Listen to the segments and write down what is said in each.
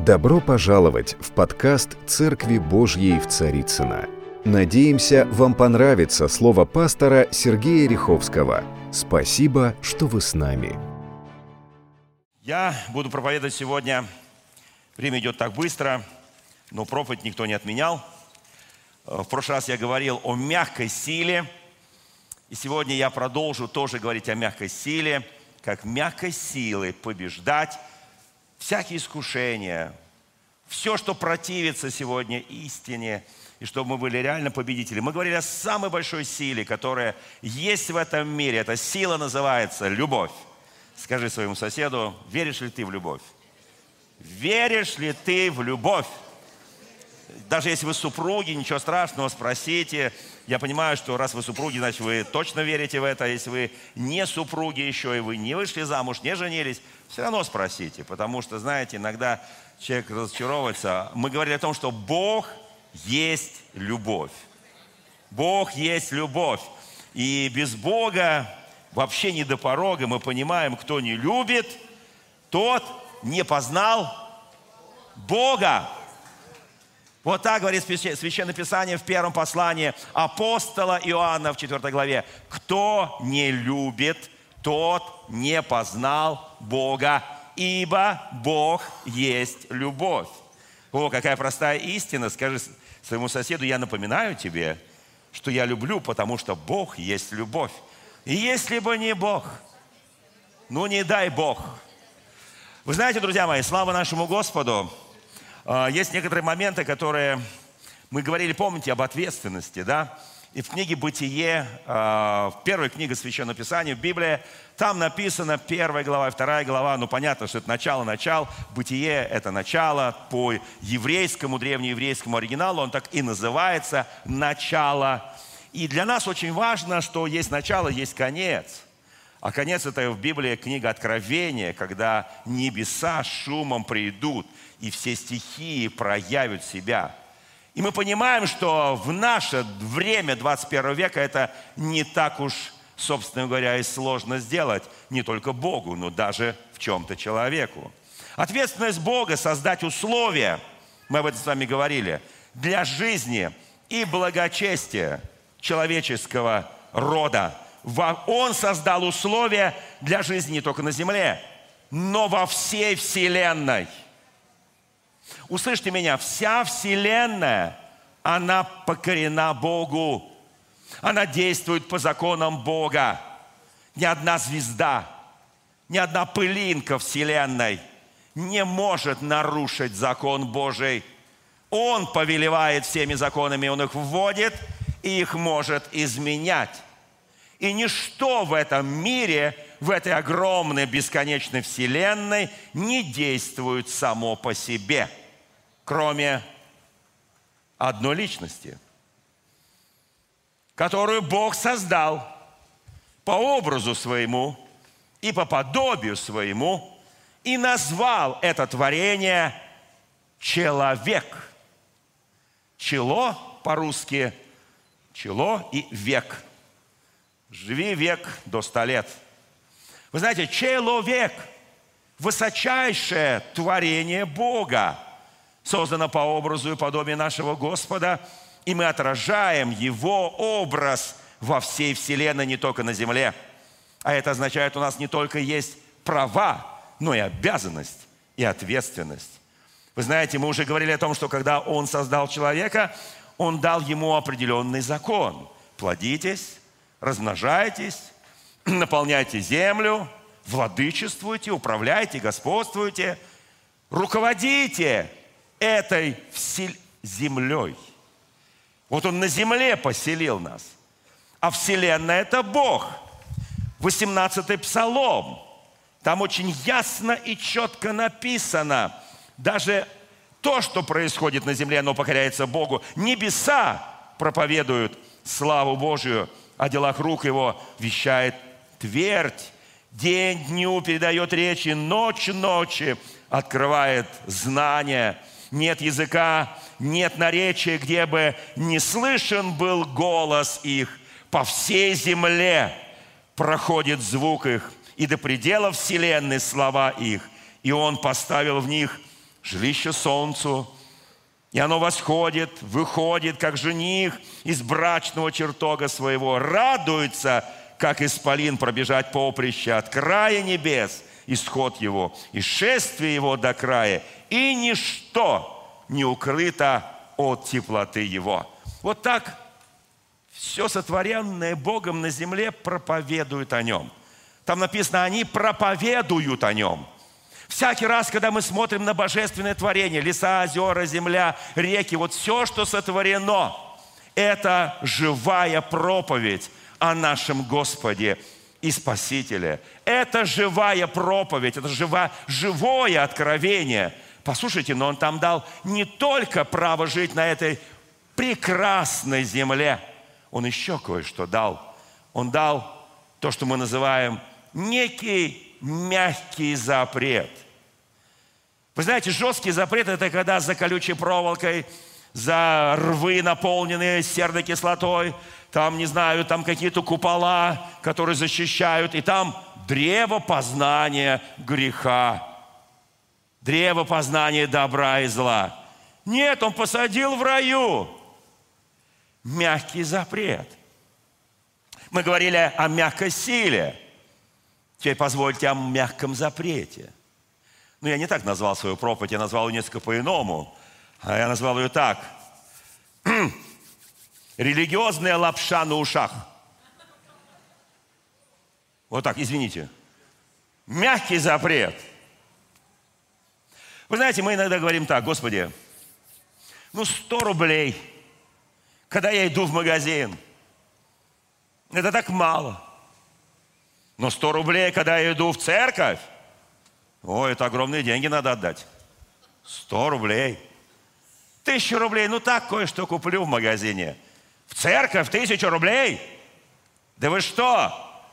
Добро пожаловать в подкаст «Церкви Божьей в Царицыно». Надеемся, вам понравится слово пастора Сергея Риховского. Спасибо, что вы с нами. Я буду проповедовать сегодня. Время идет так быстро, но проповедь никто не отменял. В прошлый раз я говорил о мягкой силе. И сегодня я продолжу тоже говорить о мягкой силе, как мягкой силой побеждать всякие искушения, все, что противится сегодня истине, и чтобы мы были реально победители. Мы говорили о самой большой силе, которая есть в этом мире. Эта сила называется любовь. Скажи своему соседу, веришь ли ты в любовь? Веришь ли ты в любовь? Даже если вы супруги, ничего страшного, спросите. Я понимаю, что раз вы супруги, значит, вы точно верите в это. Если вы не супруги еще, и вы не вышли замуж, не женились, все равно спросите. Потому что, знаете, иногда человек разочаровывается. Мы говорили о том, что Бог есть любовь. Бог есть любовь. И без Бога вообще не до порога. Мы понимаем, кто не любит, тот не познал Бога. Вот так говорит Священное Писание в первом послании апостола Иоанна в 4 главе. Кто не любит, тот не познал Бога, ибо Бог есть любовь. О, какая простая истина. Скажи своему соседу, я напоминаю тебе, что я люблю, потому что Бог есть любовь. И если бы не Бог, ну не дай Бог. Вы знаете, друзья мои, слава нашему Господу. Есть некоторые моменты, которые мы говорили, помните, об ответственности, да? И в книге «Бытие», в первой книге Священного Писания, в Библии, там написано 1 глава, 2 глава, ну понятно, что это начало. «Бытие» — это начало, по еврейскому, древнееврейскому оригиналу, он так и называется «начало». И для нас очень важно, что есть начало, есть конец. А конец — это в Библии книга Откровения, когда небеса шумом придут, и все стихии проявят себя. И мы понимаем, что в наше время 21 века это не так уж, собственно говоря, и сложно сделать. Не только Богу, но даже в чем-то человеку. Ответственность Бога — создать условия, мы об этом с вами говорили, для жизни и благочестия человеческого рода. Он создал условия для жизни не только на земле, но во всей вселенной. Услышьте меня, вся вселенная, она покорена Богу. Она действует по законам Бога. Ни одна звезда, ни одна пылинка вселенной не может нарушить закон Божий. Он повелевает всеми законами, Он их вводит и их может изменять. И ничто в этом мире, в этой огромной бесконечной вселенной не действует само по себе, кроме одной личности, которую Бог создал по образу своему и по подобию своему и назвал это творение человек. Чело по-русски, чело и век. Живи век до 100 лет. Вы знаете, человек – высочайшее творение Бога, создано по образу и подобию нашего Господа, и мы отражаем Его образ во всей вселенной, не только на земле. А это означает, у нас не только есть права, но и обязанность, и ответственность. Вы знаете, мы уже говорили о том, что когда Он создал человека, Он дал ему определенный закон. Плодитесь, размножайтесь, наполняйте землю, владычествуйте, управляйте, господствуйте, руководите этой землей. Вот Он на земле поселил нас, а вселенная – это Бог. 18-й Псалом, там очень ясно и четко написано, даже то, что происходит на земле, оно покоряется Богу. Небеса проповедуют славу Божию, о делах рук Его вещает твердь. День дню передает речи, ночь ночи открывает знания. Нет языка, нет наречия, где бы не слышен был голос их. По всей земле проходит звук их, и до предела вселенной слова их. И Он поставил в них жилище солнцу, и оно восходит, выходит, как жених из брачного чертога своего, радуется, как исполин пробежать поприще от края небес, исход его, и шествие его до края, и ничто не укрыто от теплоты его». Вот так все сотворенное Богом на земле проповедует о Нем. Там написано, они проповедуют о Нем. Всякий раз, когда мы смотрим на божественное творение, леса, озера, земля, реки, вот все, что сотворено, это живая проповедь о нашем Господе и Спасителе. Это живая проповедь, это живое откровение. Послушайте, но Он там дал не только право жить на этой прекрасной земле, Он еще кое-что дал. Он дал то, что мы называем некий мягкий запрет. Вы знаете, жесткий запрет – это когда за колючей проволокой, за рвы, наполненные серной кислотой, там, не знаю, там какие-то купола, которые защищают, и там древо познания греха, древо познания добра и зла. Нет, Он посадил в раю мягкий запрет. Мы говорили о мягкой силе. Теперь позвольте о мягком запрете. Ну, я не так назвал свою проповедь, я назвал ее несколько по-иному. А я назвал ее так. Религиозная лапша на ушах. Вот так, извините. Мягкий запрет. Вы знаете, мы иногда говорим так: Господи, 100 рублей, когда я иду в магазин, это так мало. Но 100 рублей, когда я иду в церковь, это огромные деньги надо отдать. 100 рублей. 1000 рублей, так кое-что куплю в магазине. В церковь 1000 рублей? Да вы что?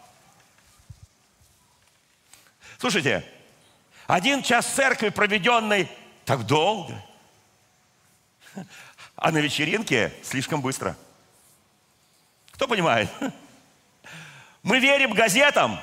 Слушайте, 1 час церкви, проведенный так долго, а на вечеринке слишком быстро. Кто понимает? Мы верим газетам,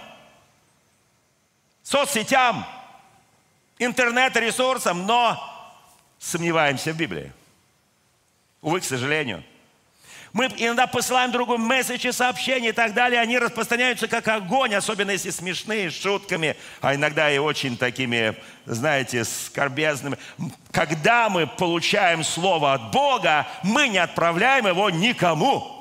соцсетям, интернет-ресурсам, но сомневаемся в Библии. Увы, к сожалению. Мы иногда посылаем другу месседжи, сообщения и так далее. Они распространяются как огонь, особенно если смешные, с шутками, а иногда и очень такими, знаете, скорбезными. Когда мы получаем слово от Бога, мы не отправляем его никому.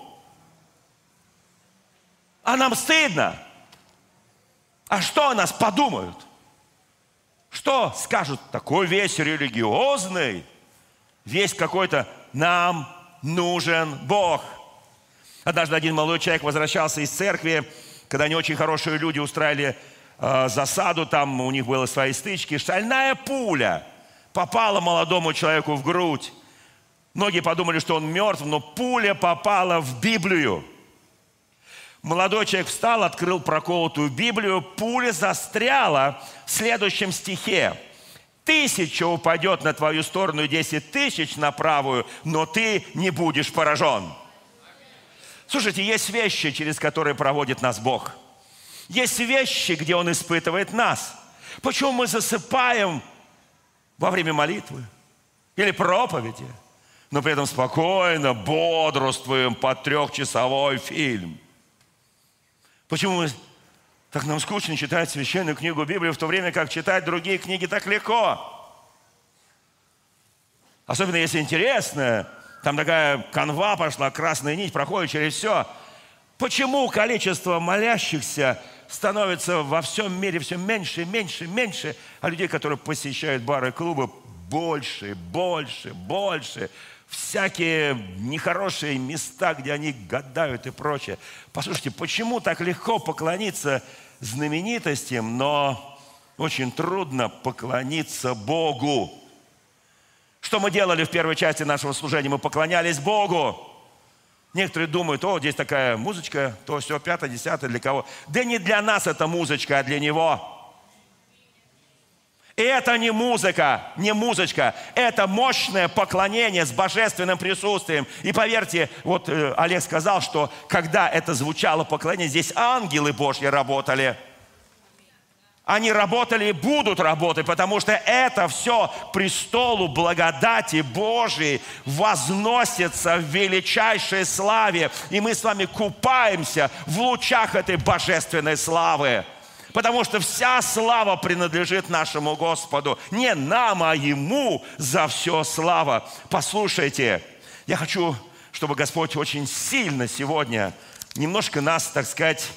А нам стыдно. А что о нас подумают? Что скажут? Такой весь религиозный, весь какой-то нам нужен Бог. Однажды один молодой человек возвращался из церкви, когда не очень хорошие люди устраивали засаду, там у них были свои стычки. Шальная пуля попала молодому человеку в грудь. Многие подумали, что он мертв, но пуля попала в Библию. Молодой человек встал, открыл проколотую Библию, пуля застряла в следующем стихе. 1000 упадет на твою сторону и 10 000 на правую, но ты не будешь поражен. Слушайте, есть вещи, через которые проводит нас Бог. Есть вещи, где Он испытывает нас. Почему мы засыпаем во время молитвы или проповеди, но при этом спокойно бодрствуем под 3-часовой фильм? Почему так нам скучно читать священную книгу Библию, в то время как читать другие книги так легко? Особенно если интересно, там такая канва пошла, красная нить проходит через все. Почему количество молящихся становится во всем мире все меньше, меньше, меньше, а людей, которые посещают бары и клубы, больше, больше, больше? Всякие нехорошие места, где они гадают и прочее. Послушайте, почему так легко поклониться знаменитостям, но очень трудно поклониться Богу? Что мы делали в первой части нашего служения? Мы поклонялись Богу. Некоторые думают: здесь такая музычка, то все, 5-е, 10-е, для кого? Да не для нас эта музычка, а для Него. И это не музыка, не музычка. Это мощное поклонение с божественным присутствием. И поверьте, вот Олег сказал, что когда это звучало поклонение, здесь ангелы Божьи работали. Они работали и будут работать, потому что это все к престолу благодати Божией возносится в величайшей славе. И мы с вами купаемся в лучах этой божественной славы. Потому что вся слава принадлежит нашему Господу. Не нам, а Ему за все слава. Послушайте, я хочу, чтобы Господь очень сильно сегодня немножко нас, так сказать,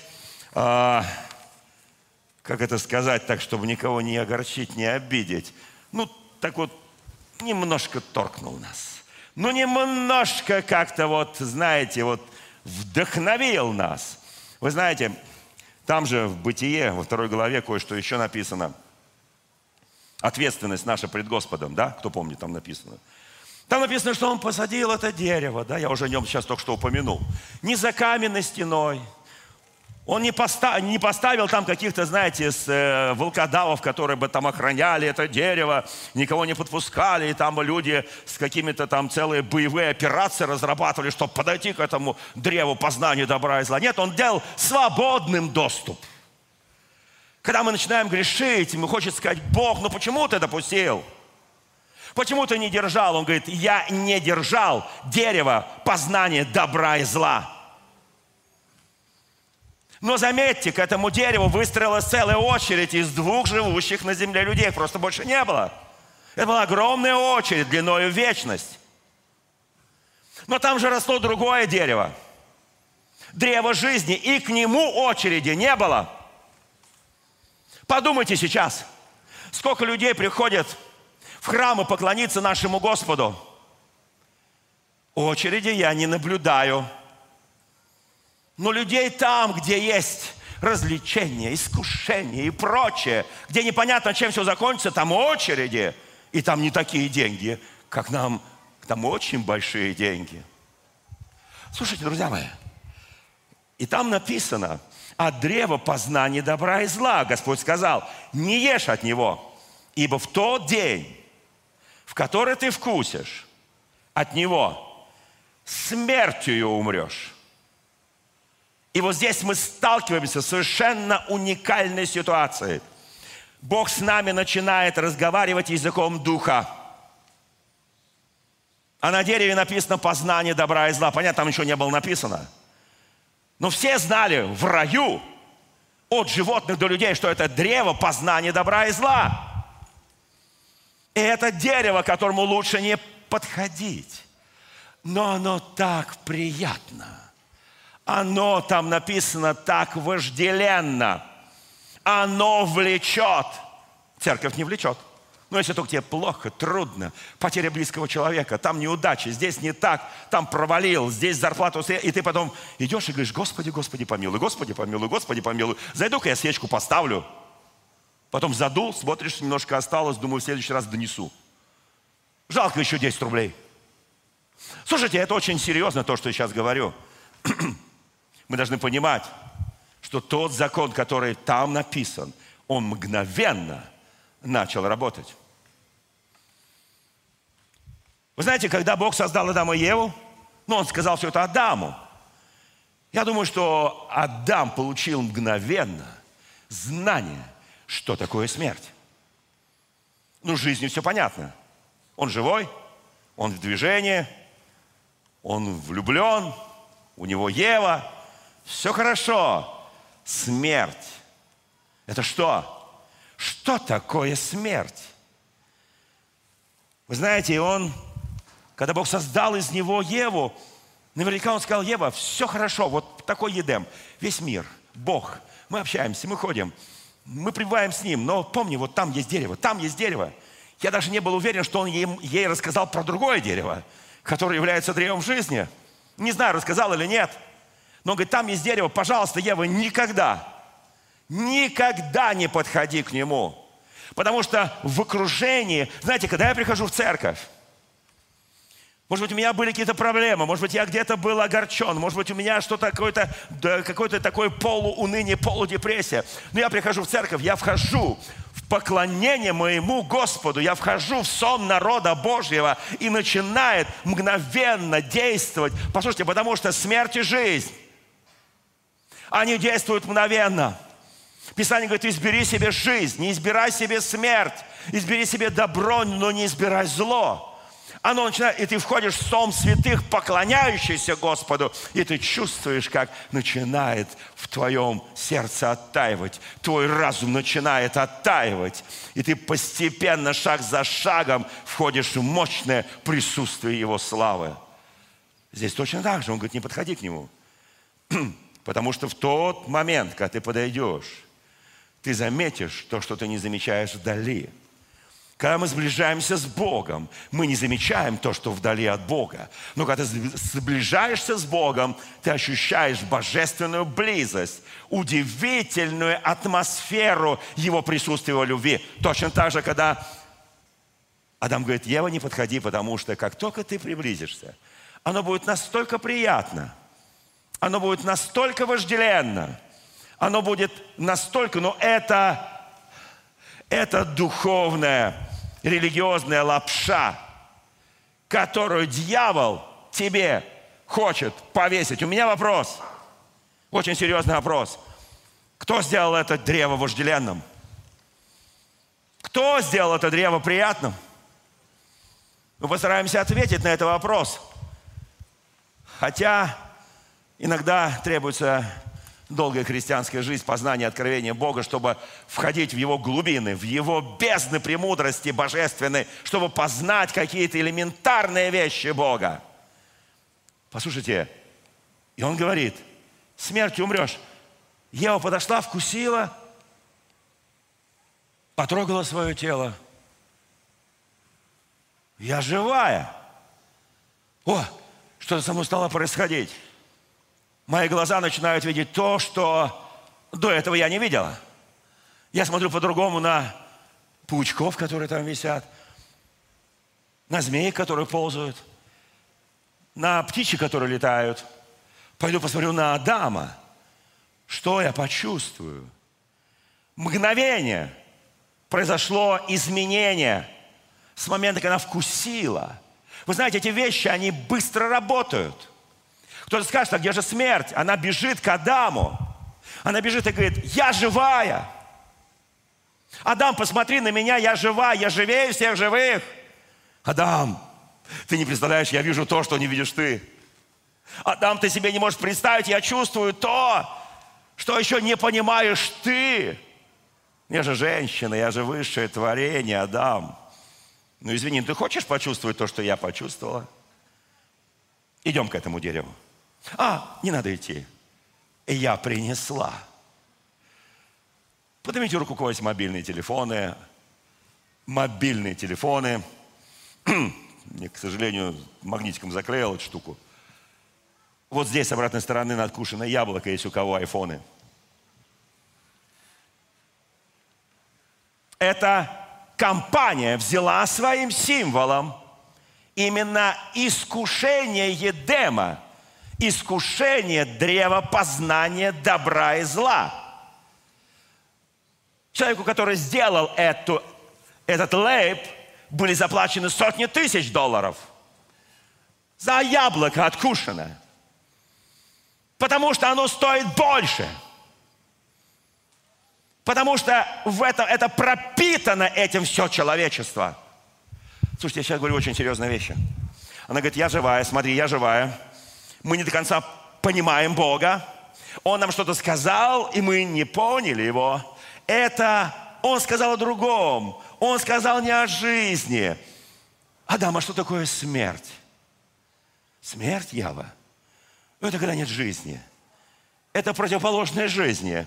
как это сказать так, чтобы никого не огорчить, не обидеть. Так вот, немножко торкнул нас. Немножко как-то вот, знаете, вот вдохновил нас. Вы знаете, там же в Бытие, во 2 главе, кое-что еще написано. Ответственность наша пред Господом, да? Кто помнит, там написано. Там написано, что Он посадил это дерево, да? Я уже о нем сейчас только что упомянул. Не за каменной стеной. Он не поставил там каких-то, знаете, волкодавов, которые бы там охраняли это дерево, никого не подпускали, и там бы люди с какими-то там целые боевые операции разрабатывали, чтобы подойти к этому древу познания добра и зла. Нет, Он дал свободным доступ. Когда мы начинаем грешить, мы хочется сказать: Бог, почему ты допустил? Почему ты не держал? Он говорит: я не держал дерево познания добра и зла. Но заметьте, к этому дереву выстроилась целая очередь из 2 живущих на земле людей. Их просто больше не было. Это была огромная очередь длиною в вечность. Но там же росло другое дерево. Древо жизни. И к нему очереди не было. Подумайте сейчас, сколько людей приходят в храмы поклониться нашему Господу. Очереди я не наблюдаю. Но людей там, где есть развлечения, искушения и прочее, где непонятно, чем все закончится, там очереди. И там не такие деньги, как нам. Там очень большие деньги. Слушайте, друзья мои. И там написано: от древа познания добра и зла. Господь сказал: не ешь от него, ибо в тот день, в который ты вкусишь от него, смертью умрешь. И вот здесь мы сталкиваемся с совершенно уникальной ситуацией. Бог с нами начинает разговаривать языком Духа. А на дереве написано познание добра и зла. Понятно, там еще не было написано. Но все знали в раю, от животных до людей, что это древо познания добра и зла. И это дерево, к которому лучше не подходить. Но оно так приятно. Оно, там написано, так вожделенно. Оно влечет. Церковь не влечет. Но если только тебе плохо, трудно, потеря близкого человека, там неудача, здесь не так, там провалил, здесь зарплату, и ты потом идешь и говоришь: Господи, Господи, помилуй, Господи, помилуй, Господи, помилуй. Зайду-ка я свечку поставлю. Потом задул, смотришь, немножко осталось, думаю, в следующий раз донесу. Жалко еще 10 рублей. Слушайте, это очень серьезно, то, что я сейчас говорю. Мы должны понимать, что тот закон, который там написан, он мгновенно начал работать. Вы знаете, когда Бог создал Адама и Еву, Он сказал все это Адаму. Я думаю, что Адам получил мгновенно знание, что такое смерть. С жизнью все понятно. Он живой, он в движении, он влюблен, у него Ева. Все хорошо. Смерть. Это что? Что такое смерть? Вы знаете, когда Бог создал из него Еву, наверняка Он сказал: Ева, все хорошо, вот такой Едем, весь мир, Бог. Мы общаемся, мы ходим, мы пребываем с Ним, но помни, вот там есть дерево, там есть дерево. Я даже не был уверен, что Он ей рассказал про другое дерево, которое является древом жизни. Не знаю, рассказал или нет. Но он говорит: там есть дерево, пожалуйста, Ева, никогда не подходи к нему. Потому что в окружении, знаете, когда я прихожу в церковь, может быть, у меня были какие-то проблемы, может быть, я где-то был огорчен, может быть, у меня что-то какое-то такое полууныние, полудепрессия. Но я прихожу в церковь, я вхожу в поклонение моему Господу, я вхожу в сон народа Божьего, и начинает мгновенно действовать. Послушайте, потому что смерть и жизнь, они действуют мгновенно. Писание говорит, избери себе жизнь, не избирай себе смерть, избери себе добро, но не избирай зло. Оно начинает, и ты входишь в сон святых, поклоняющихся Господу, и ты чувствуешь, как начинает в твоем сердце оттаивать. Твой разум начинает оттаивать. И ты постепенно, шаг за шагом, входишь в мощное присутствие Его славы. Здесь точно так же. Он говорит, не подходи к Нему. Потому что в тот момент, когда ты подойдешь, ты заметишь то, что ты не замечаешь вдали. Когда мы сближаемся с Богом, мы не замечаем то, что вдали от Бога. Но когда ты сближаешься с Богом, ты ощущаешь божественную близость, удивительную атмосферу Его присутствия, Его любви. Точно так же, когда Адам говорит, Ева, не подходи, потому что как только ты приблизишься, оно будет настолько приятно, оно будет настолько вожделенно, оно будет настолько, но это духовная, религиозная лапша, которую дьявол тебе хочет повесить. У меня вопрос, очень серьезный вопрос. Кто сделал это древо вожделенным? Кто сделал это древо приятным? Мы постараемся ответить на этот вопрос. Хотя иногда требуется долгая христианская жизнь, познание, откровение Бога, чтобы входить в Его глубины, в Его бездны премудрости божественной, чтобы познать какие-то элементарные вещи Бога. Послушайте, и Он говорит, смертью умрешь. Ева подошла, вкусила, потрогала свое тело. Я живая. О, что-то со мной стало происходить. Мои глаза начинают видеть то, что до этого я не видела. Я смотрю по-другому на паучков, которые там висят, на змеи, которые ползают, на птичек, которые летают. Пойду посмотрю на Адама. Что я почувствую? Мгновение произошло изменение с момента, когда она вкусила. Вы знаете, эти вещи, они быстро работают. Кто-то скажет, а где же смерть? Она бежит к Адаму. Она бежит и говорит, я живая. Адам, посмотри на меня, я жива, я живее всех живых. Адам, ты не представляешь, я вижу то, что не видишь ты. Адам, ты себе не можешь представить, я чувствую то, что еще не понимаешь ты. Я же женщина, я же высшее творение, Адам. Ну извини, ты хочешь почувствовать то, что я почувствовала? Идем к этому дереву. Не надо идти. И я принесла. Поднимите руку, у кого есть мобильные телефоны. Мобильные телефоны. Мне, к сожалению, магнитиком заклеил эту штуку. Вот здесь, с обратной стороны, надкушенное яблоко, есть у кого айфоны. Эта компания взяла своим символом именно искушение Едема, искушение древа познания добра и зла. Человеку, который сделал этот лейб, были заплачены сотни тысяч $. За яблоко откушенное. Потому что оно стоит больше. Потому что это пропитано этим все человечество. Слушайте, я сейчас говорю очень серьезные вещи. Она говорит, я живая, смотри, я живая. Мы не до конца понимаем Бога. Он нам что-то сказал, и мы не поняли Его. Он сказал о другом. Он сказал не о жизни. Адам, а что такое смерть? Смерть, Ева? Это когда нет жизни. Это противоположная жизни.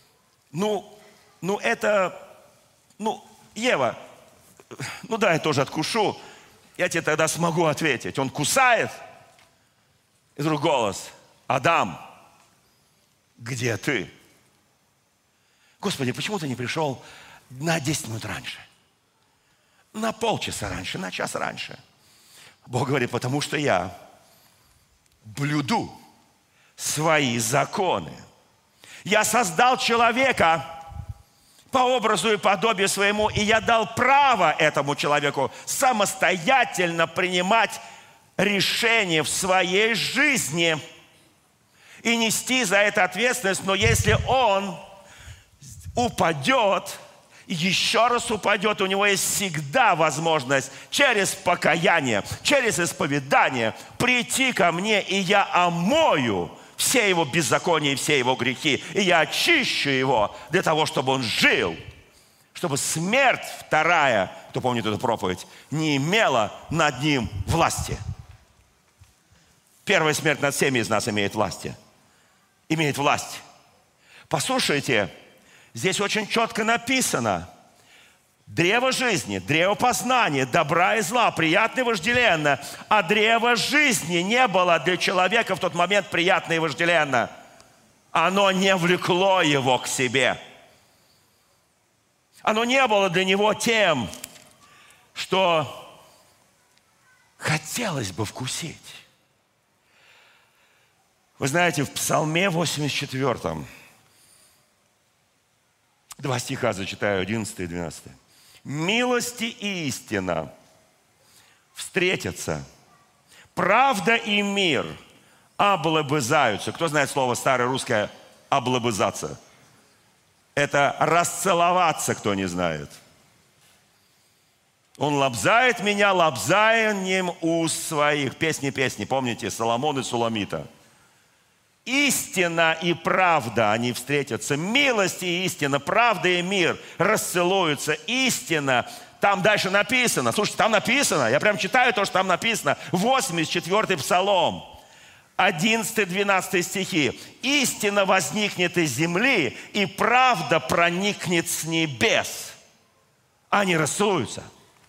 Ева, да, я тоже откушу. Я тебе тогда смогу ответить. Он кусает. И вдруг голос. Адам, где ты? Господи, почему ты не пришел на 10 минут раньше? На полчаса раньше, на час раньше. Бог говорит, потому что я блюду свои законы. Я создал человека по образу и подобию своему, и я дал право этому человеку самостоятельно принимать решения в своей жизни и нести за это ответственность. Но если он упадет, и еще раз упадет, у него есть всегда возможность через покаяние, через исповедание прийти ко мне, и я омою все его беззакония и все его грехи, и я очищу его для того, чтобы он жил, чтобы смерть вторая, кто помнит эту проповедь, не имела над ним власти. Первая смерть над всеми из нас имеет власть. Послушайте, здесь очень четко написано: древо жизни, древо познания, добра и зла, приятно и вожделенно. А древо жизни не было для человека в тот момент приятно и вожделенно. Оно не влекло его к себе. Оно не было для него тем, что хотелось бы вкусить. Вы знаете, в Псалме 84, 2 стиха зачитаю, 11 и 12. «Милости и истина встретятся, правда и мир облобызаются». Кто знает слово старое русское «облобызаться»? Это расцеловаться, кто не знает. Он лобзает меня лобзанием уст своих. Песни, помните, Соломон и Суламита. Истина и правда, они встретятся. Милость и истина, правда и мир расцелуются. Истина, там дальше написано. Слушайте, там написано, я прям читаю то, что там написано. 84-й Псалом, 11-12 стихи. Истина возникнет из земли, и правда проникнет с небес. Они расцелуются.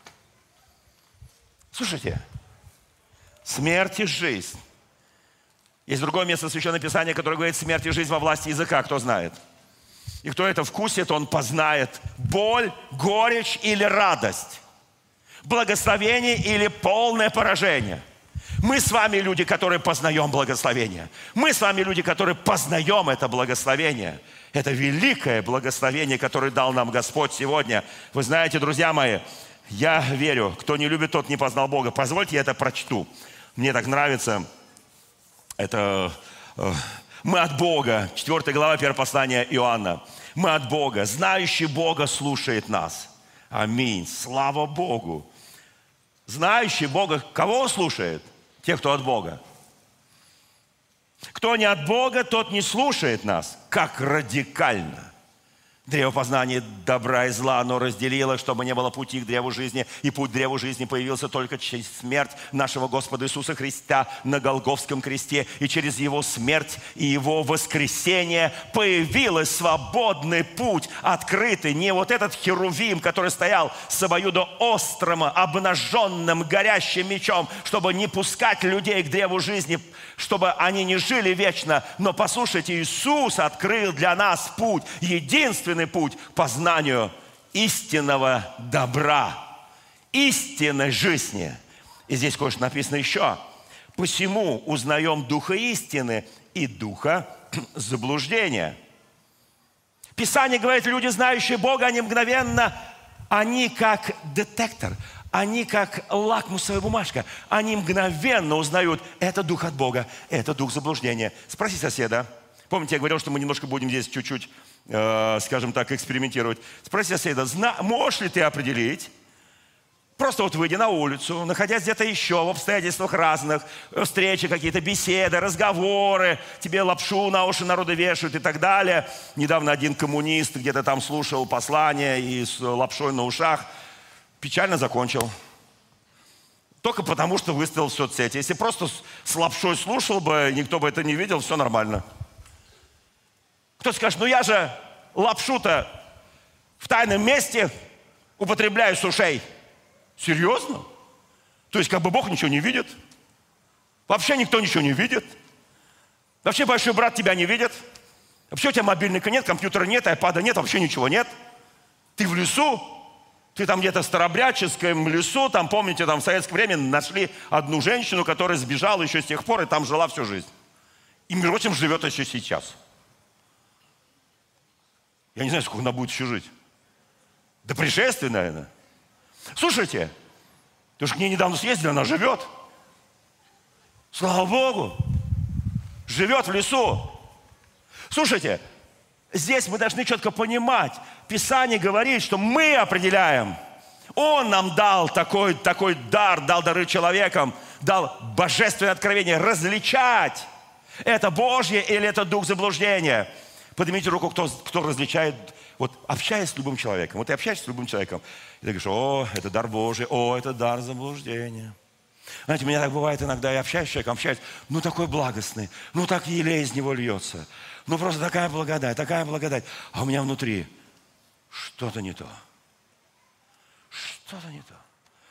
Слушайте, смерть и жизнь. Есть другое место Священного Писания, которое говорит: смерть и жизнь во власти языка, кто знает. И кто это вкусит, он познает боль, горечь или радость, благословение или полное поражение. Мы с вами люди, которые познаем благословение. Мы с вами люди, которые познаем это благословение. Это великое благословение, которое дал нам Господь сегодня. Вы знаете, друзья мои, я верю, кто не любит, тот не познал Бога. Позвольте, я это прочту. Мне так нравится. Это мы от Бога. 4 глава 1 послания Иоанна. Мы от Бога. Знающий Бога слушает нас. Аминь. Слава Богу. Знающий Бога, кого он слушает? Тех, кто от Бога. Кто не от Бога, тот не слушает нас. Как радикально. Древо познания добра и зла оно разделило, чтобы не было пути к древу жизни. И путь к древу жизни появился только через смерть нашего Господа Иисуса Христа на Голгофском кресте. И через Его смерть и Его воскресение появился свободный путь, открытый. Не вот этот херувим, который стоял с обоюдоострым, обнаженным, горящим мечом, чтобы не пускать людей к древу жизни, чтобы они не жили вечно. Но послушайте, Иисус открыл для нас путь, единственный путь к познанию истинного добра, истинной жизни. И здесь кое-что написано еще. «Посему узнаем духа истины и духа заблуждения». Писание говорит, люди, знающие Бога, они мгновенно, они как детектор, они как лакмусовая бумажка, они мгновенно узнают, это дух от Бога, это дух заблуждения. Спроси соседа. Помните, я говорил, что мы немножко будем здесь чуть-чуть, скажем так, экспериментировать. Спроси соседа, можешь ли ты определить, просто вот выйдя на улицу, находясь где-то еще в обстоятельствах разных, встречи какие-то, беседы, разговоры, тебе лапшу на уши народу вешают и так далее. Недавно один коммунист где-то там слушал послание и с лапшой на ушах печально закончил. Только потому, что выставил в соцсети. Если просто с лапшой слушал бы, никто бы это не видел, все нормально. Кто скажет, я же лапшу-то в тайном месте употребляю с ушей. Серьезно? То есть как бы Бог ничего не видит? Вообще никто ничего не видит? Вообще большой брат тебя не видит? Вообще у тебя мобильника нет, компьютера нет, айпада нет, вообще ничего нет? Ты в лесу? Ты там где-то в Старобрядческом лесу, там, помните, там в советское время нашли одну женщину, которая сбежала еще с тех пор и там жила всю жизнь. И между прочим, живет еще сейчас. Я не знаю, сколько она будет еще жить. До пришествия, наверное. Слушайте, ты же к ней недавно съездили, она живет. Слава Богу. Живет в лесу. Слушайте, здесь мы должны четко понимать, Писание говорит, что мы определяем. Он нам дал такой дар, дал дары человекам, дал божественное откровение, различать, это Божье или это дух заблуждения. Поднимите руку, кто различает, вот общаясь с любым человеком. Вот ты общаешься с любым человеком, и ты говоришь: о, это дар Божий, о, это дар заблуждения. Знаете, у меня так бывает иногда, я общаюсь с человеком, ну такой благостный, ну так елей из него льется, ну просто такая благодать, а у меня внутри что-то не то. Что-то не то.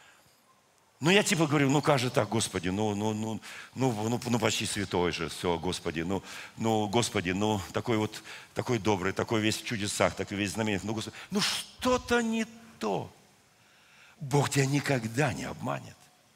Ну, я типа говорю, ну, как же так, Господи, ну, почти святой же, все, Господи, Господи, такой добрый, такой весь в чудесах, такой весь знаменит, Господи, что-то не то. Бог тебя никогда не обманет.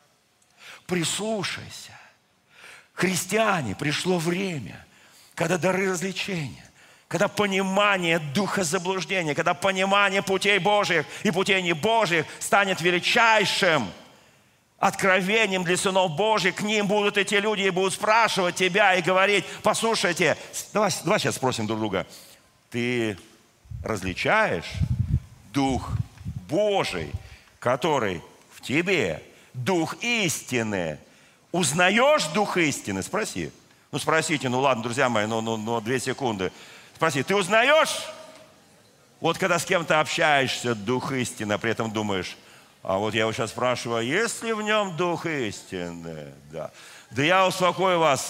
Прислушайся. Христиане, пришло время, когда дары развлечения, когда понимание духа заблуждения, когда понимание путей Божьих и путей не Божьих станет величайшим откровением для сынов Божьих, к ним будут эти люди и будут спрашивать тебя и говорить: послушайте, давай сейчас спросим друг друга, ты различаешь Дух Божий, который в тебе, Дух истины? Узнаешь Дух истины? Спроси. Спросите, ладно, друзья мои, 2 секунды. Спроси, ты узнаешь? Вот когда с кем-то общаешься, Дух истины, а при этом думаешь: а вот я его сейчас спрашиваю, есть ли в нем Дух истины? Да я успокою вас,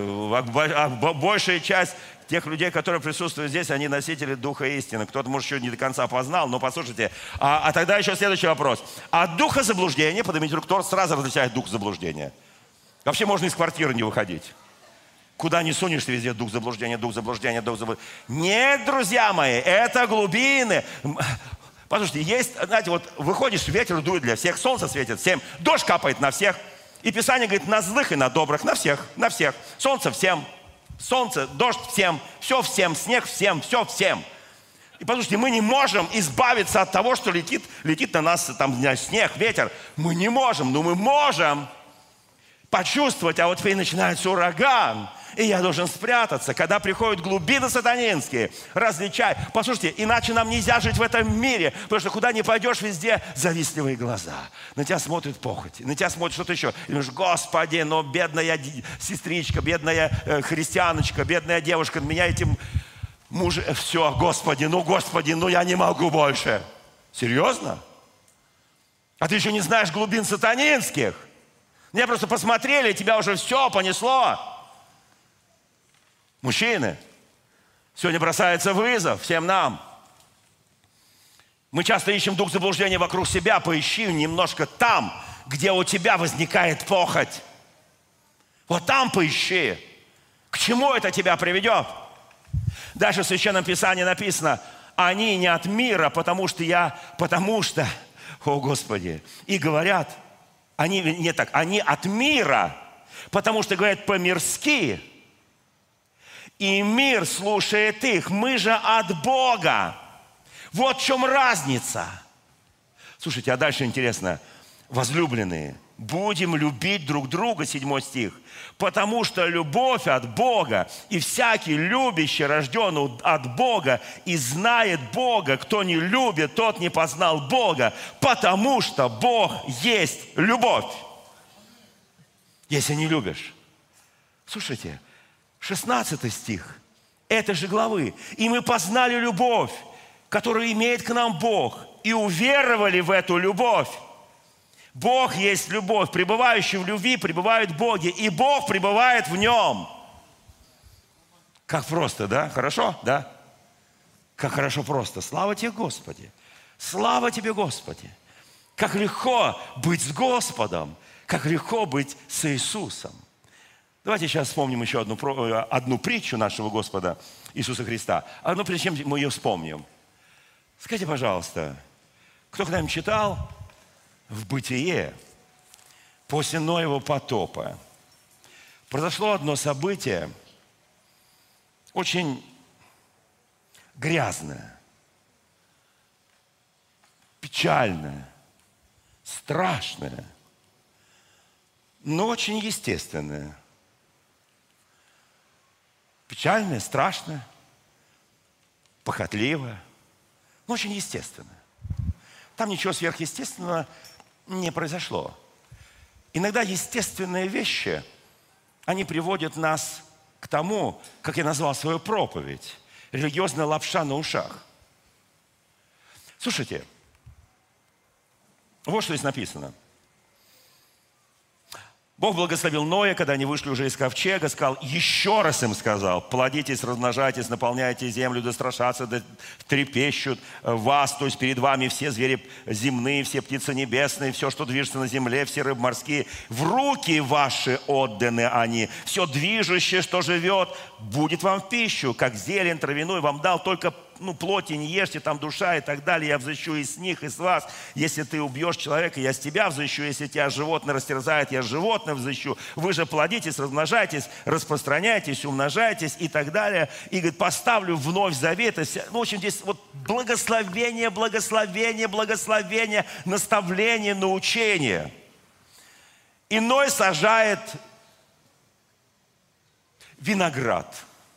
большая часть тех людей, которые присутствуют здесь, они носители Духа истины. Кто-то, может, еще не до конца познал, но послушайте. А тогда еще следующий вопрос. От Духа заблуждения, поднимите руку, кто сразу различает Дух заблуждения? Вообще можно из квартиры не выходить. Куда ни сунешься, везде дух заблуждения, дух заблуждения, дух заблуждения. Нет, друзья мои, это глубины. Послушайте, есть, знаете, вот выходишь, ветер дует для всех, солнце светит всем, дождь капает на всех. И Писание говорит: на злых и на добрых, на всех, на всех. Солнце всем, солнце, дождь всем, все всем, снег всем, все всем. И послушайте, мы не можем избавиться от того, что летит на нас там снег, ветер. Мы не можем, но мы можем почувствовать, а вот теперь начинается ураган, и я должен спрятаться, когда приходят глубины сатанинские, различай. Послушайте, иначе нам нельзя жить в этом мире, потому что куда ни пойдешь, везде завистливые глаза. На тебя смотрят похоть, на тебя смотрят что-то еще. И думаешь: Господи, бедная сестричка, бедная христианочка, бедная девушка, меня этим мужем... Все, Господи, я не могу больше. Серьезно? А ты еще не знаешь глубин сатанинских? Меня просто посмотрели, и тебя уже все понесло. Мужчины, сегодня бросается вызов всем нам. Мы часто ищем дух заблуждения вокруг себя. Поищи немножко там, где у тебя возникает похоть. Вот там поищи. К чему это тебя приведет? Дальше в Священном Писании написано: они не от мира, потому что, о Господи, и говорят, они от мира, потому что говорят по-мирски. И мир слушает их. Мы же от Бога. Вот в чем разница. Слушайте, а дальше интересно. Возлюбленные, будем любить друг друга, 7 стих. Потому что любовь от Бога, и всякий любящий рожден от Бога и знает Бога. Кто не любит, тот не познал Бога. Потому что Бог есть любовь. Если не любишь. Слушайте, 16 стих этой же главы. И мы познали любовь, которую имеет к нам Бог, и уверовали в эту любовь. Бог есть любовь. Пребывающий в любви пребывает в Боге, и Бог пребывает в нем. Как просто, да? Хорошо? Да? Как хорошо просто. Слава тебе, Господи. Слава тебе, Господи. Как легко быть с Господом. Как легко быть с Иисусом. Давайте сейчас вспомним еще одну притчу нашего Господа Иисуса Христа. Но прежде чем мы ее вспомним, скажите, пожалуйста, кто когда-нибудь читал в Бытие, после Ноева потопа, произошло одно событие очень грязное, печальное, страшное, но очень естественное. Печальное, страшное. похотливая, но очень естественная. Там ничего сверхъестественного не произошло. Иногда естественные вещи, они приводят нас к тому, как я назвал свою проповедь, религиозная лапша на ушах. Слушайте, вот что здесь написано. Бог благословил Ноя, когда они вышли уже из ковчега, сказал, еще раз им сказал, плодитесь, размножайтесь, наполняйте землю, да страшатся, да трепещут вас, то есть перед вами все звери земные, все птицы небесные, все, что движется на земле, все рыбы морские. В руки ваши отданы они, все движущее, что живет, будет вам в пищу, как зелень травяную вам дал, только плоти не ешьте, там душа и так далее, я взыщу и с них, и с вас. Если ты убьешь человека, я с тебя взыщу, если тебя животное растерзает, я животное взыщу. Вы же плодитесь, размножайтесь, распространяйтесь, умножайтесь и так далее. И говорит, поставлю вновь завет. В общем, здесь вот благословение, благословение, благословение, наставление, научение. Иной сажает виноград.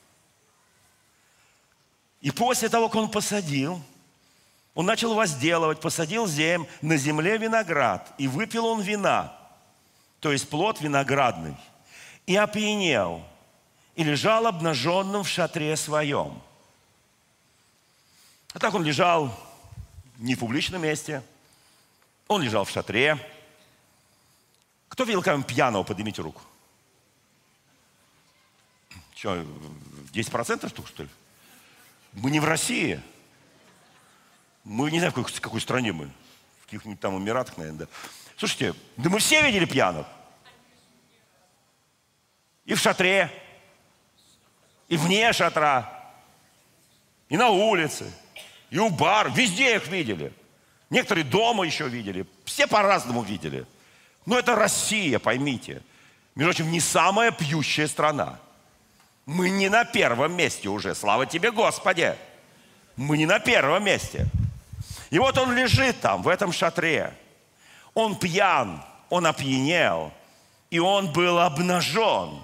И после того, как он посадил, он начал возделывать, посадил на земле виноград, и выпил он вина, то есть плод виноградный, и опьянел, и лежал обнаженным в шатре своем. А так он лежал не в публичном месте, он лежал в шатре. Кто видел кого-нибудь пьяного? Поднимите руку. Что, 10% штук, что ли? Мы не в России. Мы не знаю, в какой стране мы. В каких-нибудь там Эмиратах, наверное, да. Слушайте, да мы все видели пьяных. И в шатре, и вне шатра, и на улице, и у бар. Везде их видели. Некоторые дома еще видели. Все по-разному видели. Но это Россия, поймите. Между прочим, не самая пьющая страна. Мы не на первом месте уже, слава тебе, Господи. Мы не на первом месте. И вот он лежит там, в этом шатре. Он пьян, он опьянел, и он был обнажен.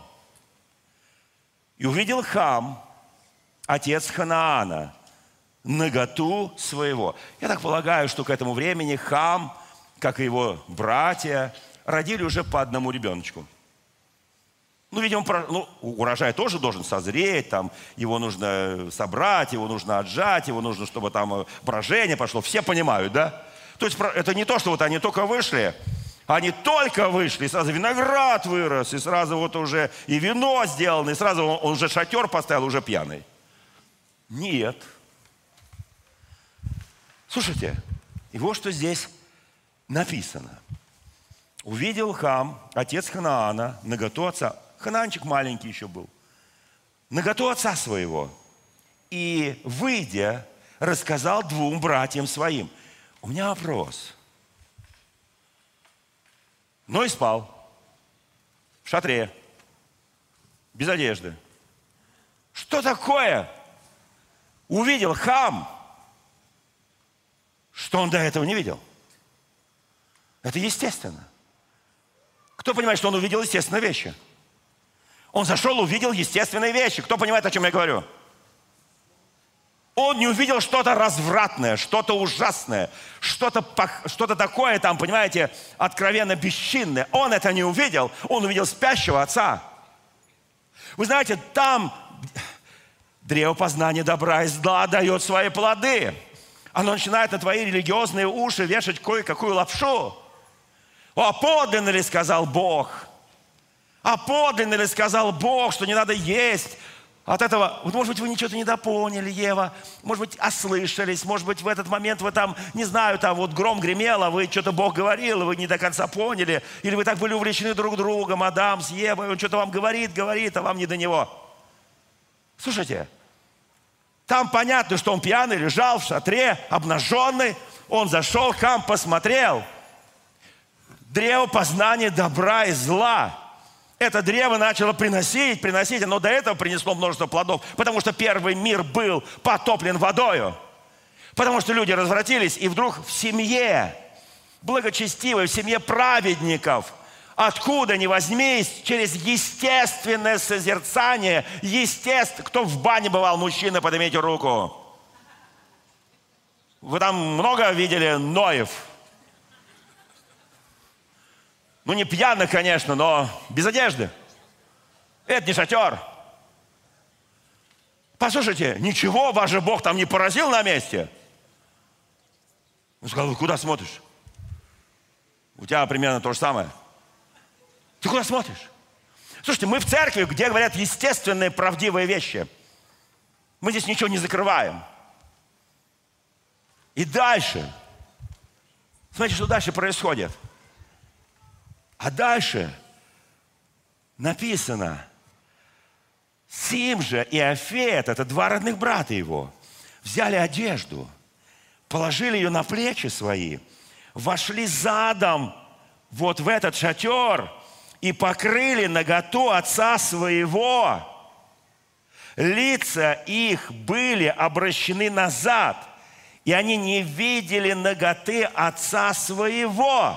И увидел Хам, отец Ханаана, наготу своего. Я так полагаю, что к этому времени Хам, как и его братья, родили уже по одному ребеночку. Видимо, урожай тоже должен созреть, там, его нужно собрать, его нужно отжать, его нужно, чтобы там брожение пошло. Все понимают, да? То есть это не то, что вот они только вышли, и сразу виноград вырос, и сразу вот уже и вино сделано, и сразу он уже шатер поставил, уже пьяный. Нет. Слушайте, и вот что здесь написано. Увидел Хам, отец Ханаана, наготу отца. Ханаанчик маленький еще был. Наготу отца своего. И, выйдя, рассказал двум братьям своим. У меня вопрос. Ной спал в шатре, без одежды. Что такое? Увидел Хам, что он до этого не видел. Это естественно. Кто понимает, что он увидел естественные вещи? Он зашел, увидел естественные вещи. Кто понимает, о чем я говорю? Он не увидел что-то развратное, что-то ужасное, что-то такое там, понимаете, откровенно бесчинное. Он это не увидел. Он увидел спящего отца. Вы знаете, там древо познания добра и зла дает свои плоды. Оно начинает на твои религиозные уши вешать кое-какую лапшу. А подлинно ли сказал Бог? А подлинно ли сказал Бог, что не надо есть от этого? Вот, может быть, вы ничего-то недопоняли, Ева. Может быть, ослышались. Может быть, в этот момент вы там, не знаю, там вот гром гремел, а вы что-то Бог говорил, и вы не до конца поняли. Или вы так были увлечены друг другом, Адам с Евой, он что-то вам говорит, а вам не до него. Слушайте, там понятно, что он пьяный, лежал в шатре, обнаженный. Он зашел, Хам посмотрел. Древо познания добра и зла. Это древо начало приносить, оно до этого принесло множество плодов, потому что первый мир был потоплен водою. Потому что люди развратились, и вдруг в семье благочестивой, в семье праведников, откуда ни возьмись, через естественное созерцание, кто в бане бывал, мужчина, поднимите руку. Вы там много видели Ноев? Ну, не пьяных, конечно, но без одежды. Это не шатер. Послушайте, ничего, ваш же Бог там не поразил на месте. Он сказал: куда смотришь? У тебя примерно то же самое. Ты куда смотришь? Слушайте, мы в церкви, где говорят естественные, правдивые вещи. Мы здесь ничего не закрываем. И дальше. Смотрите, что дальше происходит. А дальше написано: Сим же и Афет, это два родных брата его, взяли одежду, положили ее на плечи свои, вошли задом вот в этот шатер и покрыли наготу отца своего. Лица их были обращены назад, и они не видели наготы отца своего.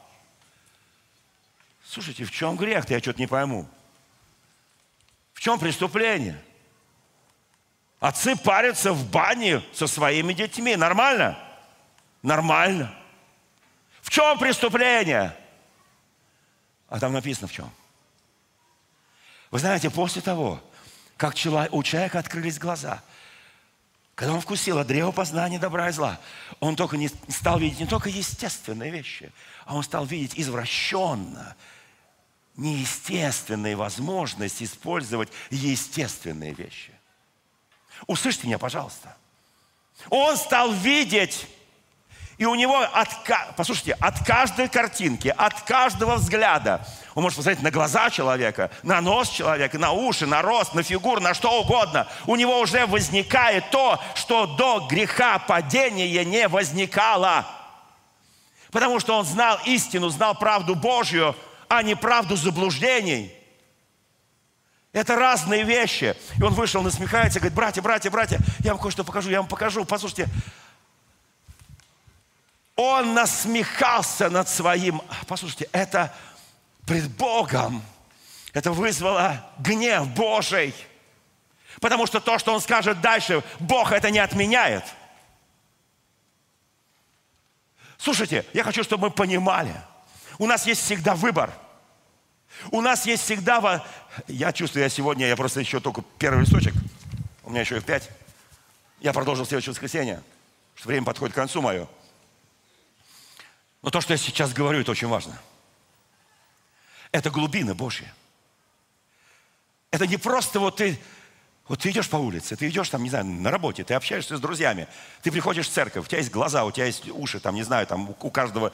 Слушайте, в чем грех-то? Я что-то не пойму. В чем преступление? Отцы парятся в бане со своими детьми. Нормально? Нормально. В чем преступление? А там написано в чем. Вы знаете, после того, как у человека открылись глаза, когда он вкусил от древа познания добра и зла, он только не стал видеть не только естественные вещи, а он стал видеть извращенно неестественные возможности использовать естественные вещи. Услышьте меня, пожалуйста. Он стал видеть, и у него, послушайте, от каждой картинки, от каждого взгляда, он может посмотреть на глаза человека, на нос человека, на уши, на рост, на фигуру, на что угодно. У него уже возникает то, что до греха падения не возникало. Потому что он знал истину, знал правду Божью, а не правду заблуждений. Это разные вещи. И он вышел, насмехается, говорит: братья, я вам кое-что покажу, я вам покажу. Послушайте, он насмехался над своим. Послушайте, это пред Богом. Это вызвало гнев Божий. Потому что то, что он скажет дальше, Бог это не отменяет. Слушайте, я хочу, чтобы мы понимали. У нас есть всегда выбор. У нас есть всегда... Я чувствую, я просто еще только первый листочек. У меня еще их 5. Я продолжил в следующее воскресенье, что время подходит к концу мое. Но то, что я сейчас говорю, это очень важно. Это глубина Божья. Это не просто ты идешь по улице, ты идешь там, не знаю, на работе, ты общаешься с друзьями, ты приходишь в церковь, у тебя есть глаза, у тебя есть уши, там, не знаю, там у каждого...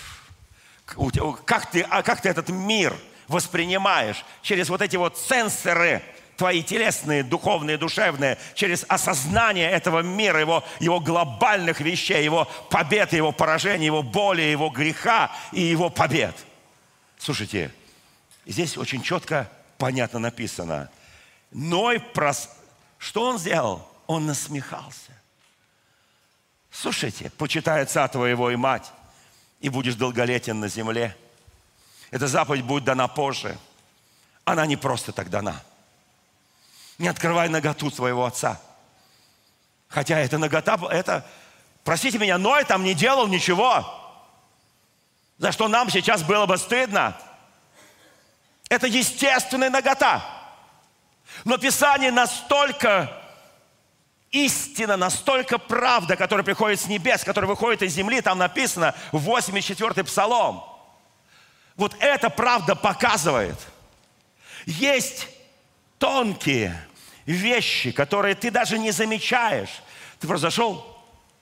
Как ты этот мир воспринимаешь через вот эти вот сенсоры твои телесные, духовные, душевные, через осознание этого мира, его глобальных вещей, его побед, его поражений, его боли, его греха и его побед. Слушайте, здесь очень четко, понятно написано. Ной, что он сделал? Он насмехался. Слушайте, почитай отца твоего и мать, и будешь долголетен на земле. Эта заповедь будет дана позже. Она не просто так дана. Не открывай наготу своего отца. Хотя эта нагота, простите меня, Ной там не делал ничего, за что нам сейчас было бы стыдно. Это естественная нагота. Но Писание настолько истина, настолько правда, которая приходит с небес, которая выходит из земли, там написано в 84-й Псалом. Вот эта правда показывает. Есть тонкие вещи, которые ты даже не замечаешь. Ты просто зашел,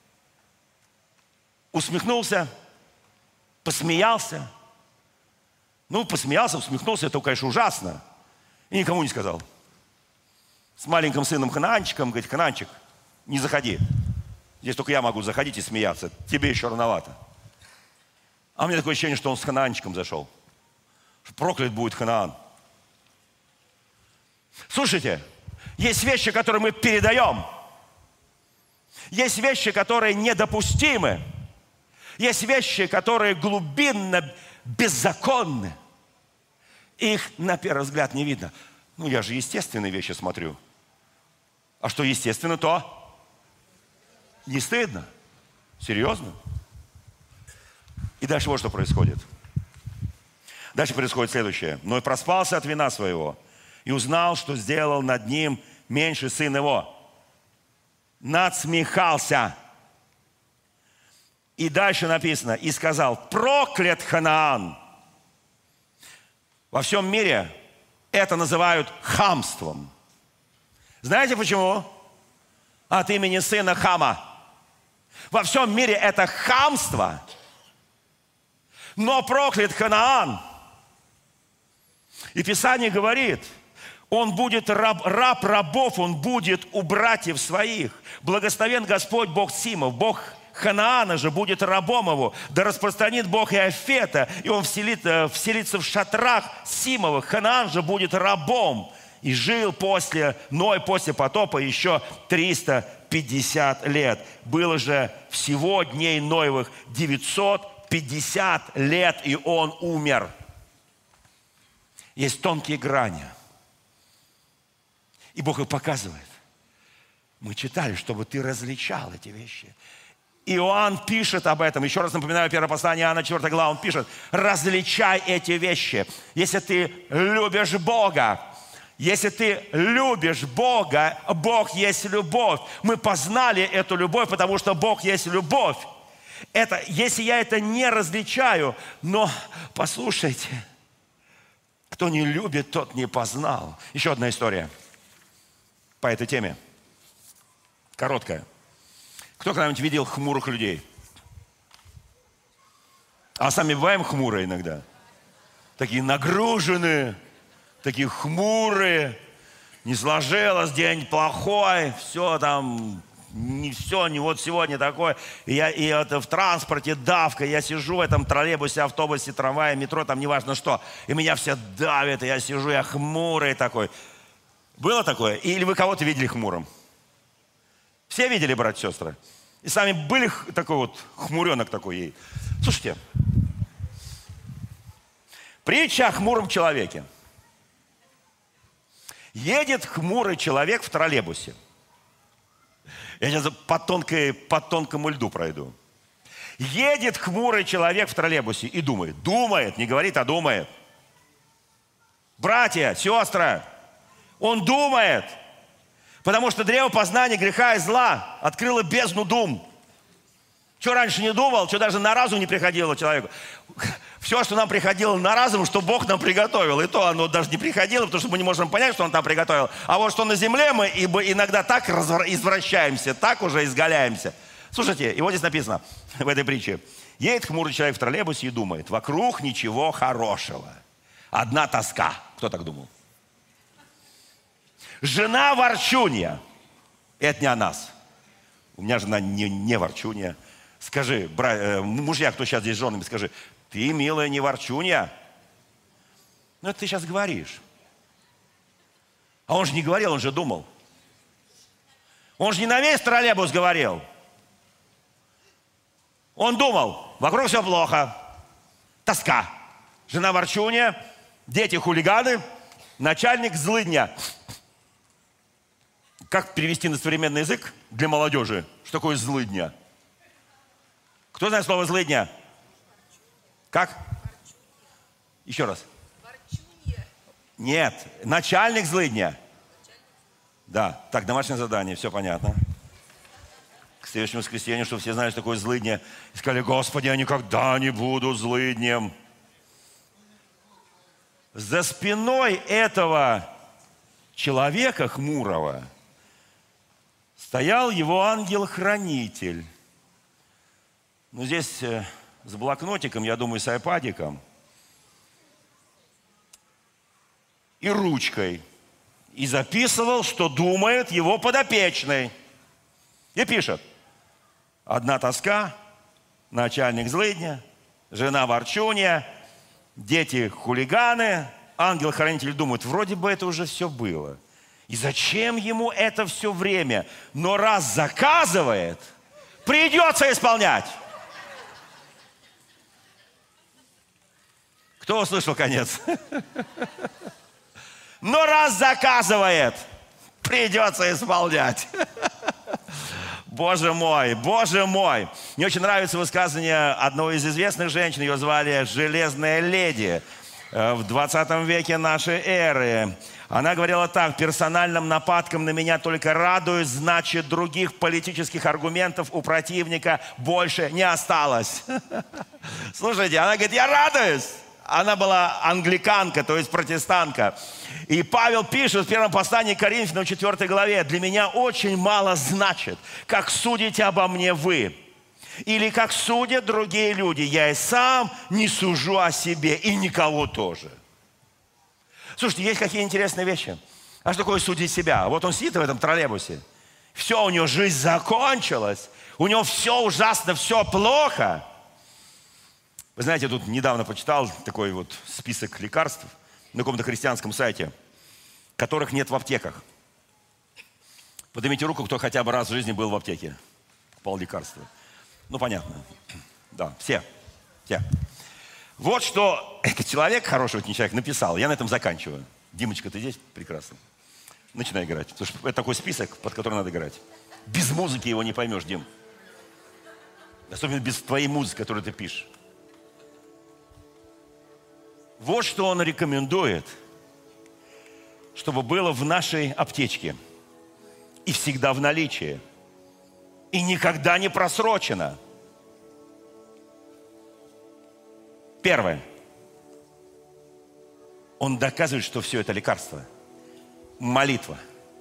усмехнулся, посмеялся. Посмеялся, усмехнулся, это, конечно, ужасно. И никому не сказал. С маленьким сыном Ханаанчиком, говорит: Ханаанчик, не заходи. Здесь только я могу заходить и смеяться. Тебе еще рановато. А у меня такое ощущение, что он с Ханаанчиком зашел. Проклят будет Ханаан. Слушайте, есть вещи, которые мы передаем. Есть вещи, которые недопустимы. Есть вещи, которые глубинно беззаконны. Их на первый взгляд не видно. Я же естественные вещи смотрю. А что естественно, то не стыдно. Серьезно? И дальше вот что происходит. Дальше происходит следующее. «Ной проспался от вина своего и узнал, что сделал над ним меньший сын его. Надсмехался». И дальше написано, и сказал: проклят Ханаан. Во всем мире это называют хамством. Знаете почему? От имени сына Хама. Во всем мире это хамство. Но проклят Ханаан. И Писание говорит, он будет раб рабов, он будет у братьев своих. Благословен Господь Бог Симов, Бог Ханаана же будет рабом его. Да распространит Бог Иофета, и он вселится в шатрах Симовых. Ханаан же будет рабом. И жил Ной после потопа еще 350 лет. Было же всего дней Ноевых 950 лет, и он умер. Есть тонкие грани. И Бог их показывает. Мы читали, чтобы ты различал эти вещи. Иоанн пишет об этом. Еще раз напоминаю, первое послание Иоанна, 4 глава, он пишет: различай эти вещи. Если ты любишь Бога, если ты любишь Бога, Бог есть любовь. Мы познали эту любовь, потому что Бог есть любовь. Если я это не различаю, но послушайте, кто не любит, тот не познал. Еще одна история по этой теме. Короткая. Кто когда-нибудь видел хмурых людей? А сами бываем хмурые иногда. Такие нагруженные, такие хмурые. Не сложилось, день плохой, все там, не вот сегодня такое. И это в транспорте давка, я сижу в этом троллейбусе, автобусе, трамвае, метро, там неважно что. И меня все давят, и я сижу, я хмурый такой. Было такое? Или вы кого-то видели хмурым? Все видели, братья и сестры? И сами были такой вот хмуренок такой. Слушайте, притча о хмуром человеке. Едет хмурый человек в троллейбусе. Я сейчас по тонкому льду пройду. Едет хмурый человек в троллейбусе и думает, не говорит, а думает. Братья, сестры, он думает. Потому что древо познания греха и зла открыло бездну дум. Что раньше не думал, что даже на разум не приходило человеку. Все, что нам приходило на разум, что Бог нам приготовил. И то оно даже не приходило, потому что мы не можем понять, что Он там приготовил. А вот что на земле мы иногда так извращаемся, так уже изгаляемся. Слушайте, и вот здесь написано в этой притче. Едет хмурый человек в троллейбусе и думает: вокруг ничего хорошего. Одна тоска. Кто так думал? Жена ворчунья. Это не о нас. У меня жена не ворчунья. Скажи, мужья, кто сейчас здесь с женами, скажи: ты, милая, не ворчунья. Ну, это ты сейчас говоришь. А он же не говорил, он же думал. Он же не на весь троллейбус говорил. Он думал: вокруг все плохо. Тоска. Жена ворчунья, дети хулиганы, начальник злыдня. Как перевести на современный язык для молодежи? Что такое злыдня? Кто знает слово злыдня? Как? Еще раз. Ворчунья. Нет, начальник злыдня. Да, так, домашнее задание, все понятно. К следующему воскресенью, чтобы все знали, что такое злыдня. И сказали: Господи, я никогда не буду злыднем. За спиной этого человека хмурого стоял его ангел-хранитель. Ну, здесь с блокнотиком, я думаю, с айпадиком. И ручкой. И записывал, что думает его подопечный. И пишет: одна тоска, начальник злыдня, жена ворчунья, дети хулиганы. Ангел-хранитель думает: вроде бы это уже все было. И зачем ему это все время? Но раз заказывает, придется исполнять. Кто услышал конец? Но раз заказывает, придется исполнять. Боже мой, Боже мой. Мне очень нравится высказывание одной из известных женщин, ее звали Железная леди в 20 веке нашей эры. Она говорила так: персональным нападком на меня только радуюсь, значит, других политических аргументов у противника больше не осталось. Слушайте, она говорит, я радуюсь. Она была англиканка, то есть протестантка. И Павел пишет в первом послании к Коринфянам, 4 главе: «Для меня очень мало значит, как судите обо мне вы, или как судят другие люди. Я и сам не сужу о себе, и никого тоже». Слушайте, есть какие интересные вещи. А что такое судить себя? Вот он сидит в этом троллейбусе. Все, у него жизнь закончилась. У него все ужасно, все плохо. Вы знаете, я тут недавно почитал такой вот список лекарств на каком-то христианском сайте, которых нет в аптеках. Поднимите руку, кто хотя бы раз в жизни был в аптеке. Покупал лекарства. Ну, понятно. Да, все. Вот что этот человек, хороший очень человек, написал. Я на этом заканчиваю. Димочка, ты здесь? Прекрасно. Начинай играть. Потому что это такой список, под который надо играть. Без музыки его не поймешь, Дим. Особенно без твоей музыки, которую ты пишешь. Вот что он рекомендует, чтобы было в нашей аптечке. И всегда в наличии. И никогда не просрочено. Первое. Он доказывает, что все это лекарство. Молитва.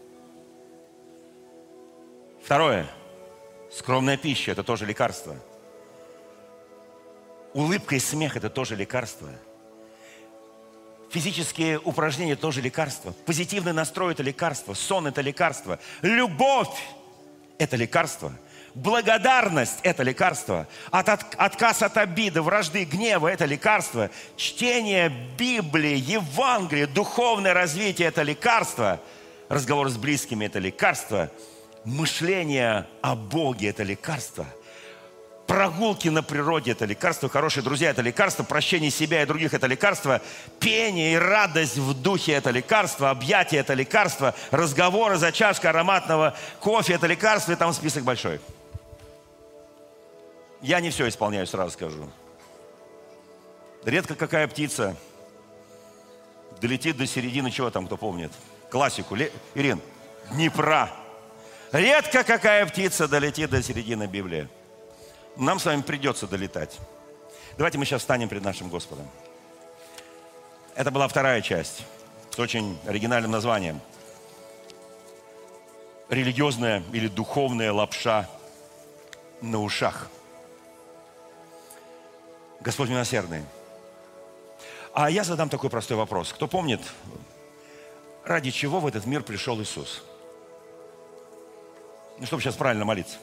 Второе. Скромная пища – это тоже лекарство. Улыбка и смех – это тоже лекарство. Физические упражнения – это тоже лекарство. Позитивный настрой – это лекарство. Сон – это лекарство. Любовь – это лекарство. Благодарность – это лекарство. Отказ от обиды, вражды, гнева – это лекарство. Чтение Библии, Евангелия, духовное развитие – это лекарство. Разговор с близкими – это лекарство. Мышление о Боге – это лекарство. Прогулки на природе – это лекарство. Хорошие друзья – это лекарство. Прощение себя и других – это лекарство. Пение и радость в духе – это лекарство. Объятия – это лекарство. Разговоры за чашкой ароматного кофе – это лекарство. И там список большой. Я не все исполняю, сразу скажу. Редко какая птица долетит до середины, чего там, кто помнит? Классику. Ирин, Днепра. Редко какая птица долетит до середины Библии. Нам с вами придется долетать. Давайте мы сейчас встанем перед нашим Господом. Это была вторая часть с очень оригинальным названием. Религиозная или духовная лапша на ушах. Господь милосердный. А я задам такой простой вопрос. Кто помнит, ради чего в этот мир пришел Иисус? Ну, чтобы сейчас правильно молиться.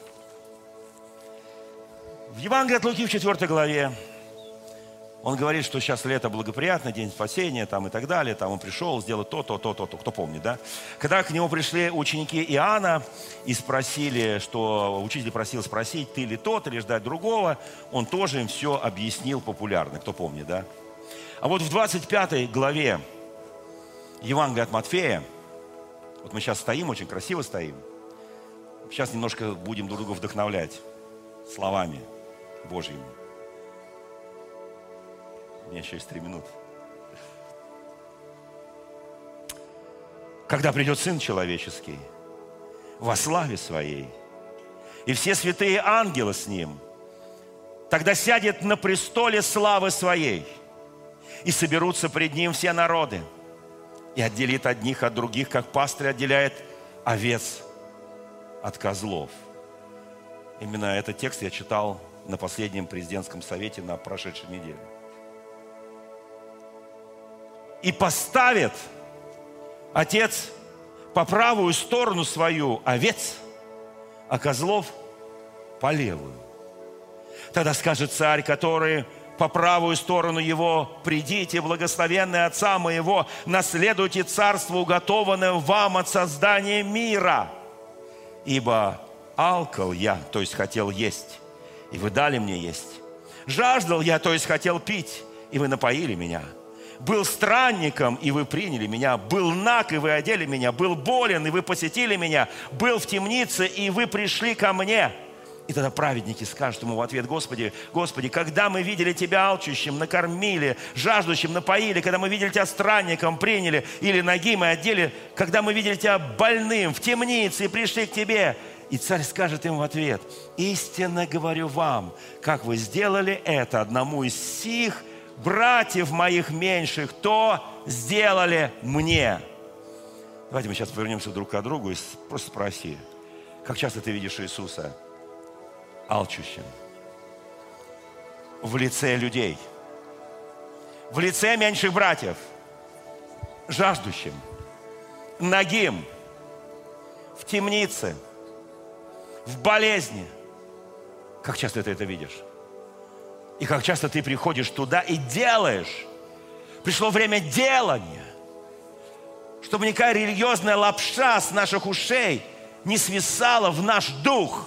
В Евангелии от Луки в 4 главе он говорит, что сейчас лето благоприятно, день спасения там, и так далее. Там он пришел, сделал то. Кто помнит, да? Когда к нему пришли ученики Иоанна и спросили, что учитель просил спросить, ты ли тот, или ждать другого, он тоже им все объяснил популярно. Кто помнит, да? А вот в 25 главе Евангелия от Матфея, вот мы сейчас стоим, очень красиво стоим. Сейчас немножко будем друг друга вдохновлять словами Божьими. У меня еще есть 3 минуты. Когда придет Сын Человеческий во славе Своей, и все святые ангелы с Ним, тогда сядет на престоле славы Своей, и соберутся пред Ним все народы, и отделит одних от других, как пастырь отделяет овец от козлов. Именно этот текст я читал на последнем президентском совете на прошедшей неделе. И поставит Отец по правую сторону свою овец, а козлов по левую. Тогда скажет царь, который по правую сторону его: придите, благословенные Отца моего, наследуйте царство, уготованное вам от создания мира. Ибо алкал я, то есть хотел есть, и вы дали мне есть. Жаждал я, то есть хотел пить, и вы напоили меня. Был странником, и вы приняли меня. Был наг, и вы одели меня. Был болен, и вы посетили меня. Был в темнице, и вы пришли ко мне. И тогда праведники скажут ему в ответ: Господи, Господи, когда мы видели Тебя алчущим, накормили, жаждущим, напоили, когда мы видели Тебя странником, приняли, или нагим и одели, когда мы видели Тебя больным в темнице и пришли к Тебе. И царь скажет им в ответ: истинно говорю вам, как вы сделали это одному из сих братьев моих меньших, то сделали мне. Давайте мы сейчас повернемся друг к другу и просто спроси: как часто ты видишь Иисуса алчущим в лице людей, в лице меньших братьев, жаждущим, нагим, в темнице, в болезни? Как часто ты это видишь? И как часто ты приходишь туда и делаешь? Пришло время делания, чтобы никакая религиозная лапша с наших ушей не свисала в наш дух,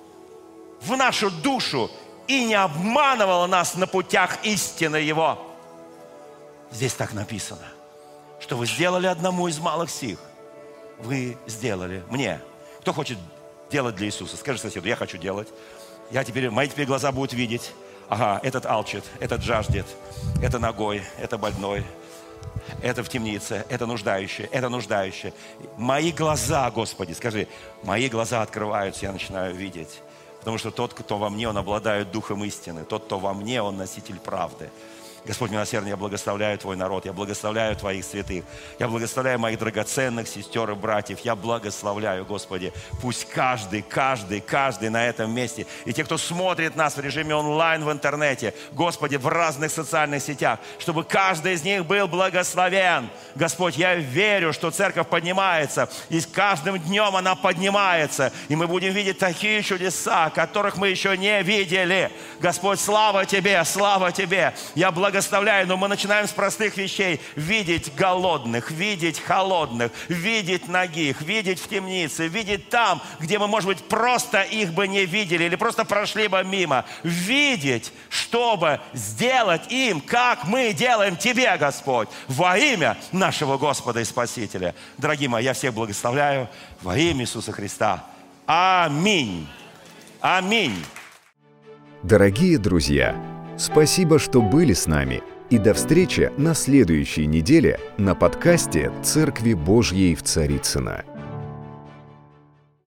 в нашу душу и не обманывала нас на путях истины Его. Здесь так написано, что вы сделали одному из малых сих, вы сделали мне. Кто хочет делать для Иисуса? Скажи соседу: я хочу делать. Мои теперь глаза будут видеть. Ага, этот алчит, этот жаждет, это нагой, это больной, это в темнице, это нуждающий. Мои глаза, Господи, скажи, мои глаза открываются, я начинаю видеть. Потому что тот, кто во мне, он обладает духом истины. Тот, кто во мне, он носитель правды. Господь милосердный, я благословляю Твой народ, я благословляю Твоих святых, я благословляю моих драгоценных сестер и братьев, я благословляю, Господи, пусть каждый на этом месте, и те, кто смотрит нас в режиме онлайн в интернете, Господи, в разных социальных сетях, чтобы каждый из них был благословен. Господь, я верю, что церковь поднимается, и с каждым днем она поднимается, и мы будем видеть такие чудеса, которых мы еще не видели. Господь, слава Тебе, я благословляю, но мы начинаем с простых вещей: видеть голодных, видеть холодных, видеть нагих, видеть в темнице, видеть там, где мы, может быть, просто их бы не видели или просто прошли бы мимо. Видеть, чтобы сделать им, как мы делаем Тебе, Господь, во имя нашего Господа и Спасителя. Дорогие мои, я всех благословляю во имя Иисуса Христа. Аминь. Аминь. Дорогие друзья, спасибо, что были с нами. И до встречи на следующей неделе на подкасте «Церкви Божьей в Царицыно».